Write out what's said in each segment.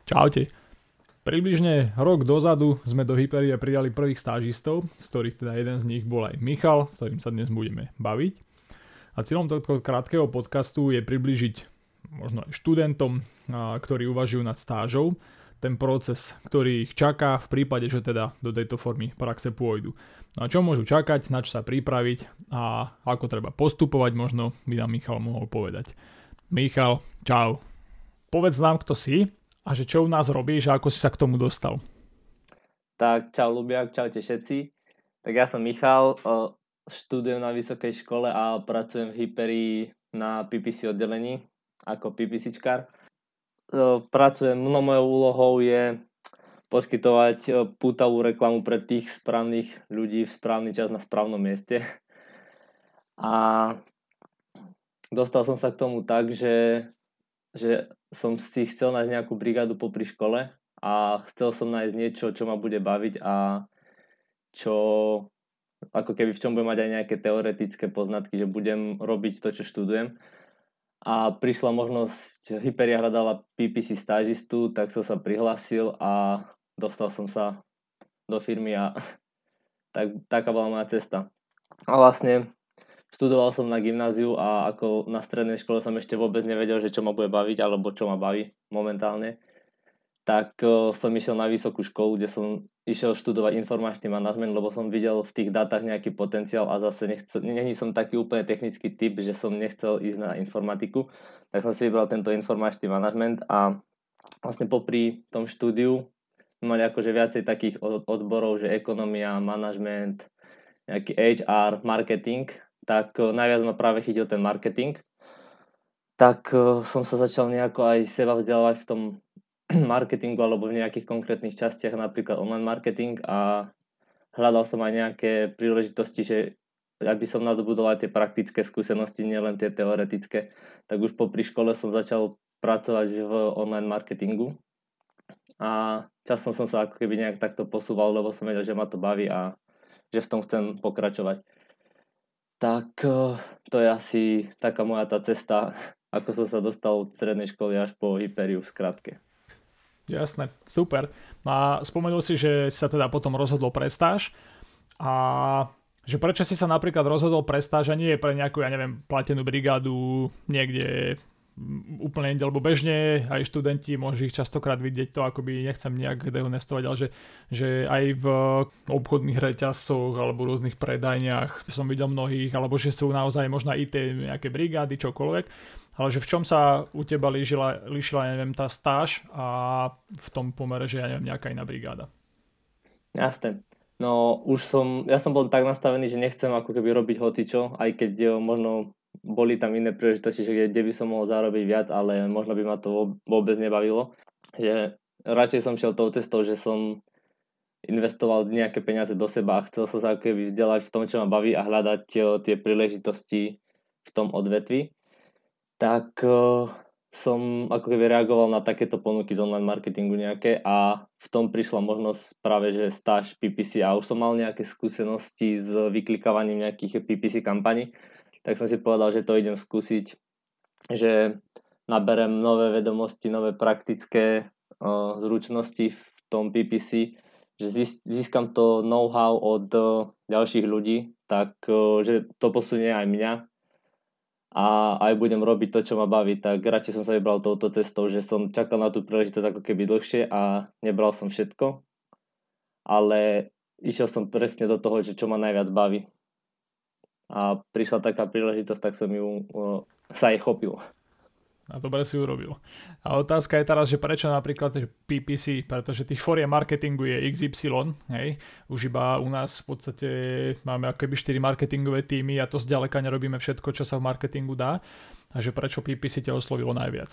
Čaute. Približne rok dozadu sme do Hyperia prijali prvých stážistov, z ktorých teda jeden z nich bol aj Michal, s ktorým sa dnes budeme baviť. A cieľom tohto krátkeho podcastu je približiť možno aj študentom, ktorí uvažujú nad stážou, ten proces, ktorý ich čaká v prípade, že teda do tejto formy praxe pôjdu. A čo môžu čakať, na čo sa pripraviť a ako treba postupovať, možno by nám Michal mohol povedať. Michal, čau. Povedz nám, kto si a že čo u nás robíš a ako si sa k tomu dostal. Tak, čau Lubiak, čaute všetci. Tak ja som Michal, študujem na vysokej škole a pracujem v Hyperii na PPC oddelení ako PPCčkar. Mojou úlohou je poskytovať pútavú reklamu pre tých správnych ľudí v správny čas na správnom mieste. A dostal som sa k tomu tak, že som si chcel nájsť nejakú brigádu popri škole a chcel som nájsť niečo, čo ma bude baviť a čo ako keby v čom budem mať aj nejaké teoretické poznatky, že budem robiť to, čo študujem. A prišla možnosť, Hyperia hľadala PPC stážistu, tak som sa prihlásil a dostal som sa do firmy a taká bola moja cesta. A vlastne študoval som na gymnáziu a ako na strednej škole som ešte vôbec nevedel, že čo ma bude baviť alebo čo ma baví momentálne. Tak som išiel na vysokú školu, kde som išiel študovať informačný manažment, lebo som videl v tých dátach nejaký potenciál a zase nie som taký úplne technický typ, že som nechcel ísť na informatiku. Tak som si vybral tento informačný manažment a vlastne popri tom štúdiu mali akože viacej takých odborov, že ekonomia, manažment, nejaký HR, marketing. Tak najviac ma práve chytil ten marketing. Tak som sa začal nejako aj seba vzdelávať v tom marketingu alebo v nejakých konkrétnych častiach, napríklad online marketing, a hľadal som aj nejaké príležitosti, že aby som nadobudol aj tie praktické skúsenosti, nielen tie teoretické. Tak už popri škole som začal pracovať v online marketingu a časom som sa ako keby nejak takto posúval, lebo som vedel, že ma to baví a že v tom chcem pokračovať. Tak to je asi taká moja tá cesta, ako som sa dostal od strednej školy až po Hyperiu v skratke. Jasné, super. A spomenul si, že sa teda potom rozhodol pre stáž a že prečo si sa napríklad rozhodol pre stáž a nie pre nejakú, platenú brigádu niekde úplne inde, lebo bežne aj študenti môžu ich častokrát vidieť to, akoby nechcem nejak dehonestovať, ale že aj v obchodných reťazcoch alebo rôznych predajniach som videl mnohých, alebo že sú naozaj možno IT nejaké brigády, čokoľvek, ale že v čom sa u teba líšila, tá stáž a v tom pomere, že nejaká iná brigáda. Jasné. No ja som bol tak nastavený, že nechcem ako keby robiť hocičo, aj keď možno boli tam iné príležitosti, že kde by som mohol zarobiť viac, ale možno by ma to vôbec nebavilo. Že radšej som šiel tou cestou, že som investoval nejaké peniaze do seba a chcel som sa ako keby vzdelať v tom, čo ma baví a hľadať tie príležitosti v tom odvetvi. Tak som ako keby reagoval na takéto ponuky z online marketingu nejaké a v tom prišla možnosť práve, že stáž PPC a už som mal nejaké skúsenosti s vyklikávaním nejakých PPC kampaní. Tak som si povedal, že to idem skúsiť, že naberem nové vedomosti, nové praktické zručnosti v tom PPC, že získam to know-how od ďalších ľudí, tak že to posunie aj mňa a aj budem robiť to, čo ma baví. Tak radšej som sa vybral touto cestou, že som čakal na tú príležitosť ako keby dlhšie a nebral som všetko, ale išiel som presne do toho, že čo ma najviac baví. A prišla taká príležitosť, tak som sa jej chopil. A dobre si urobil. A otázka je teraz, že prečo napríklad PPC, pretože tých fóriem marketingu je XY, hej? Už iba u nás v podstate máme akoby 4 marketingové týmy a to zďaleka nerobíme všetko, čo sa v marketingu dá. A že prečo PPC ťa oslovilo najviac?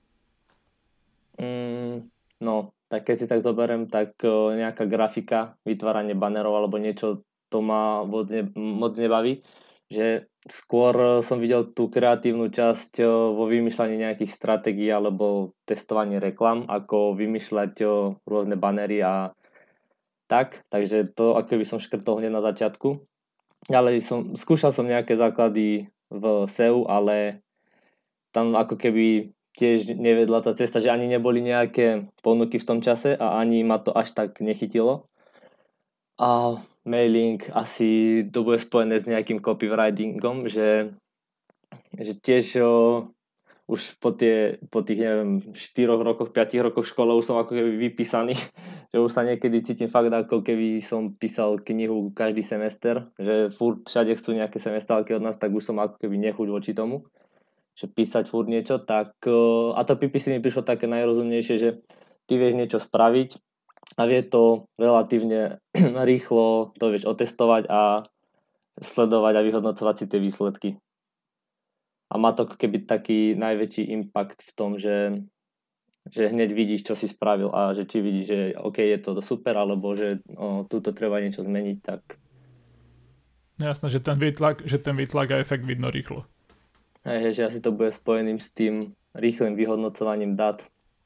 No, tak keď si tak zoberiem, tak nejaká grafika, vytváranie banerov alebo niečo, to ma moc nebaví, že skôr som videl tú kreatívnu časť vo vymýšľaní nejakých stratégií alebo testovaní reklam, ako vymýšľať rôzne banery a tak, takže to ako by som škrtol hneď na začiatku. Ale skúšal som nejaké základy v SEO, ale tam ako keby tiež nevedla tá cesta, že ani neboli nejaké ponuky v tom čase a ani ma to až tak nechytilo. A mailing asi to bude spojené s nejakým copywritingom, že tiež už po tých, neviem, 4 rokoch, 5 rokoch v škole už som ako keby vypísaný, že už sa niekedy cítim fakt ako keby som písal knihu každý semester, že furt všade chcú nejaké semestrálky od nás, tak už som ako keby nechuť voči tomu, že písať furt niečo, tak a to PPC mi prišlo také najrozumnejšie, že ty vieš niečo spraviť a vie to relatívne rýchlo, to vieš otestovať a sledovať a vyhodnocovať si tie výsledky. A má to keby taký najväčší impact v tom, že hneď vidíš, čo si spravil a že či vidíš, že OK, je to super, alebo že túto treba niečo zmeniť, tak... Jasné, že ten výtlak a efekt vidno rýchlo. Hej, že asi to bude spojeným s tým rýchlym vyhodnocovaním dát.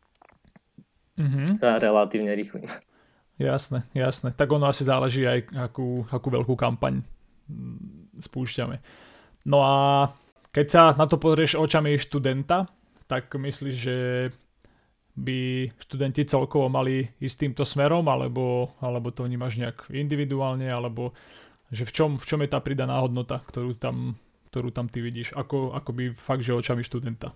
Relatívne rýchlym. Jasné. Tak ono asi záleží aj, akú veľkú kampaň spúšťame. No a keď sa na to pozrieš očami študenta, tak myslíš, že by študenti celkovo mali ísť týmto smerom, alebo to vnímaš nejak individuálne, alebo že v čom je tá pridaná hodnota, ktorú tam ty vidíš, ako by fakt, že očami študenta?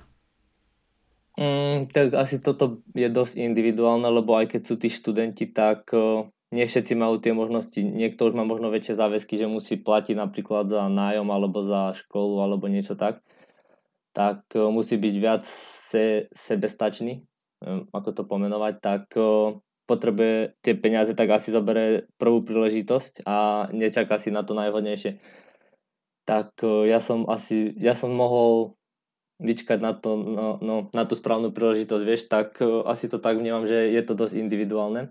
Tak asi toto je dosť individuálne, lebo aj keď sú tí študenti, tak nie všetci majú tie možnosti. Niekto už má možno väčšie záväzky, že musí platiť napríklad za nájom alebo za školu alebo niečo tak musí byť viac sebestačný, ako to pomenovať, tak potrebuje tie peniaze, tak asi zoberie prvú príležitosť a nečaká si na to najvhodnejšie. Tak ja som mohol vyčkať na to, na tú správnu príležitosť, vieš, tak asi to tak vnímam, že je to dosť individuálne.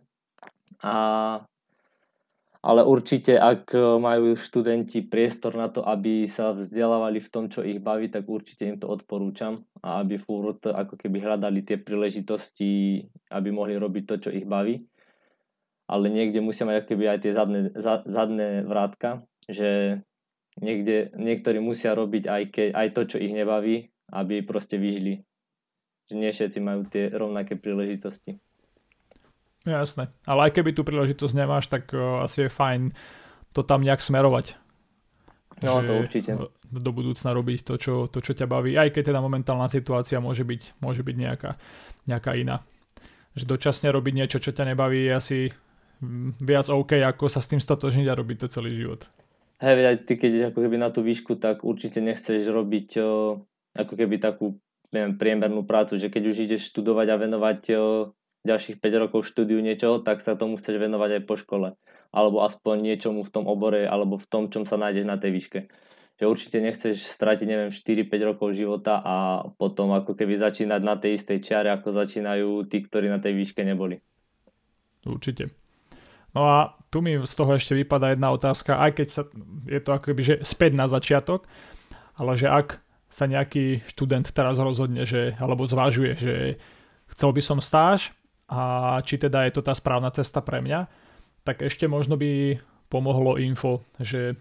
Ale určite, ak majú študenti priestor na to, aby sa vzdelávali v tom, čo ich baví, tak určite im to odporúčam a aby furt ako keby hľadali tie príležitosti, aby mohli robiť to, čo ich baví. Ale niekde musia mať ako keby aj tie zadné vrátka, že niektorí musia robiť aj to, čo ich nebaví, aby proste vyžili. Že nie všetci majú tie rovnaké príležitosti. Jasné, ale aj keby tú príležitosť nemáš, tak asi je fajn to tam nejak smerovať. No to určite. Do budúcna robiť to, čo ťa baví, aj keď teda momentálna situácia môže byť nejaká iná. Že dočasne robiť niečo, čo ťa nebaví, je asi viac OK, ako sa s tým stotožniť a robiť to celý život. Hej, ty keď ideš ako keby na tú výšku, tak určite nechceš robiť ako keby takú, neviem, priemernú prácu, že keď už ideš študovať a venovať ďalších 5 rokov štúdiu niečoho, tak sa tomu chceš venovať aj po škole. Alebo aspoň niečomu v tom obore, alebo v tom, čom sa nájdeš na tej výške. Že určite nechceš stratiť, neviem, 4-5 rokov života a potom ako keby začínať na tej istej čiare, ako začínajú tí, ktorí na tej výške neboli. Určite. No a tu mi z toho ešte vypadá jedna otázka, aj keď je to ako keby, že späť na začiatok, ale že ak sa nejaký študent teraz rozhodne, alebo zvažuje, že chcel by som stáž, a či teda je to tá správna cesta pre mňa, tak ešte možno by pomohlo info, že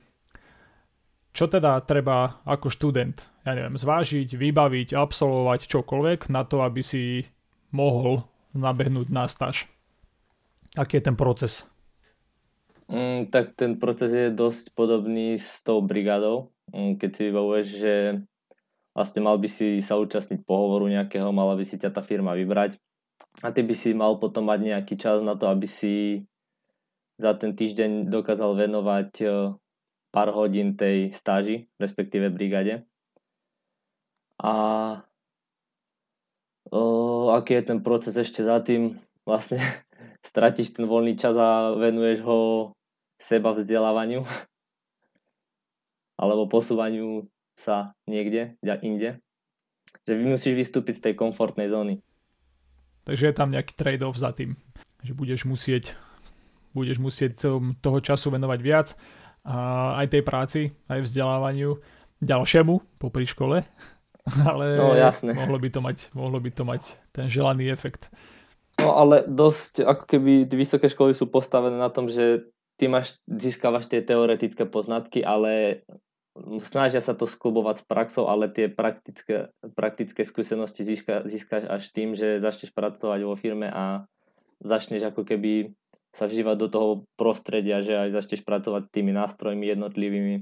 čo teda treba ako študent, ja neviem, zvážiť, vybaviť, absolvovať čokoľvek na to, aby si mohol nabehnúť na stáž. Aký je ten proces? Tak ten proces je dosť podobný s tou brigádou. Keď si vybavuješ, že vlastne mal by si sa účastniť pohovoru nejakého, mala by si ťa tá firma vybrať. A ty by si mal potom mať nejaký čas na to, aby si za ten týždeň dokázal venovať pár hodín tej stáži, respektíve brigáde. A aký je ten proces ešte za tým? Vlastne stratíš ten voľný čas a venuješ ho seba vzdelávaniu alebo posúvaniu sa niekde, inde. Že musíš vystúpiť z tej komfortnej zóny. Takže je tam nejaký trade-off za tým, že budeš musieť toho času venovať viac a aj tej práci, aj vzdelávaniu ďalšiemu popri škole, ale no, jasné. mohlo by to mať ten želaný efekt. No ale dosť, ako keby vysoké školy sú postavené na tom, že ty získavaš tie teoretické poznatky, ale snažia sa to sklubovať s praxou, ale tie praktické skúsenosti získaš až tým, že začneš pracovať vo firme a začneš ako keby sa vžívať do toho prostredia, že aj začneš pracovať s tými nástrojmi jednotlivými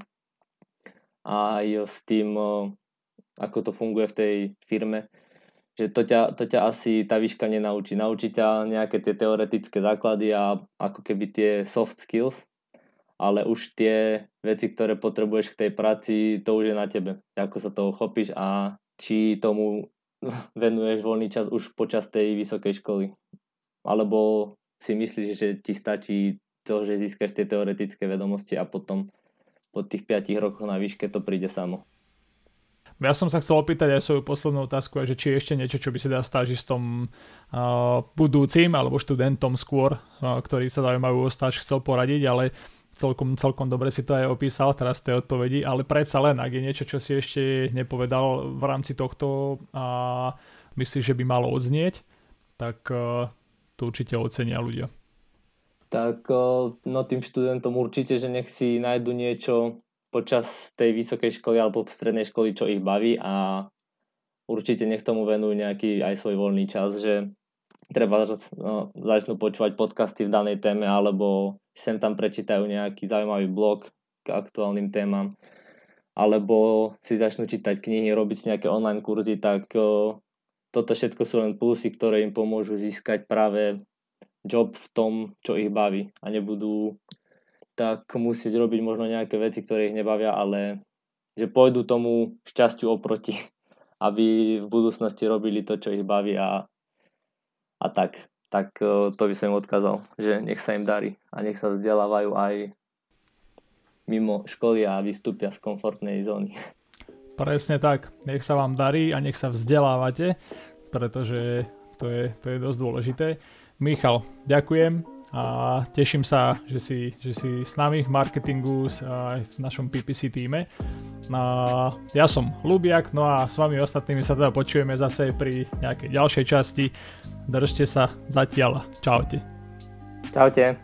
a aj s tým, ako to funguje v tej firme, že to ťa asi tá výška nenaučí. Naučí ťa nejaké tie teoretické základy a ako keby tie soft skills, ale už tie veci, ktoré potrebuješ k tej práci, to už je na tebe. Ako sa toho chopíš a či tomu venuješ voľný čas už počas tej vysokej školy. Alebo si myslíš, že ti stačí to, že získaš tie teoretické vedomosti a potom po tých 5 rokoch na výške to príde samo. Ja som sa chcel opýtať aj svoju poslednú otázku, že či je ešte niečo, čo by si dá stážistom budúcim alebo študentom skôr, ktorí sa zaujímajú o stáž, chcel poradiť, ale celkom dobre si to aj opísal teraz v tej odpovedi, ale predsa len, ak je niečo, čo si ešte nepovedal v rámci tohto a myslíš, že by malo odznieť, tak to určite ocenia ľudia. Tak no tým študentom určite, že nech si nájdu niečo počas tej vysokej školy alebo strednej školy, čo ich baví a určite nech tomu venujú nejaký aj svoj voľný čas, že treba začnú počúvať podcasty v danej téme alebo sem tam prečítajú nejaký zaujímavý blog k aktuálnym témam alebo si začnú čítať knihy, robiť si nejaké online kurzy, tak toto všetko sú len plusy, ktoré im pomôžu získať práve job v tom, čo ich baví a nebudú tak musieť robiť možno nejaké veci, ktoré ich nebavia, ale že pôjdu tomu šťastiu oproti, aby v budúcnosti robili to, čo ich baví a tak to by som im odkázal, že nech sa im darí a nech sa vzdelávajú aj mimo školy a vystúpia z komfortnej zóny. Presne tak, nech sa vám darí a nech sa vzdelávate, pretože to je dosť dôležité. Michal, ďakujem a teším sa, že si s nami v marketingu aj v našom PPC týme. Ja som Lubiak, no a s vami ostatnými sa teda počujeme zase pri nejakej ďalšej časti. Držte sa zatiaľ. Čaute. Čaute.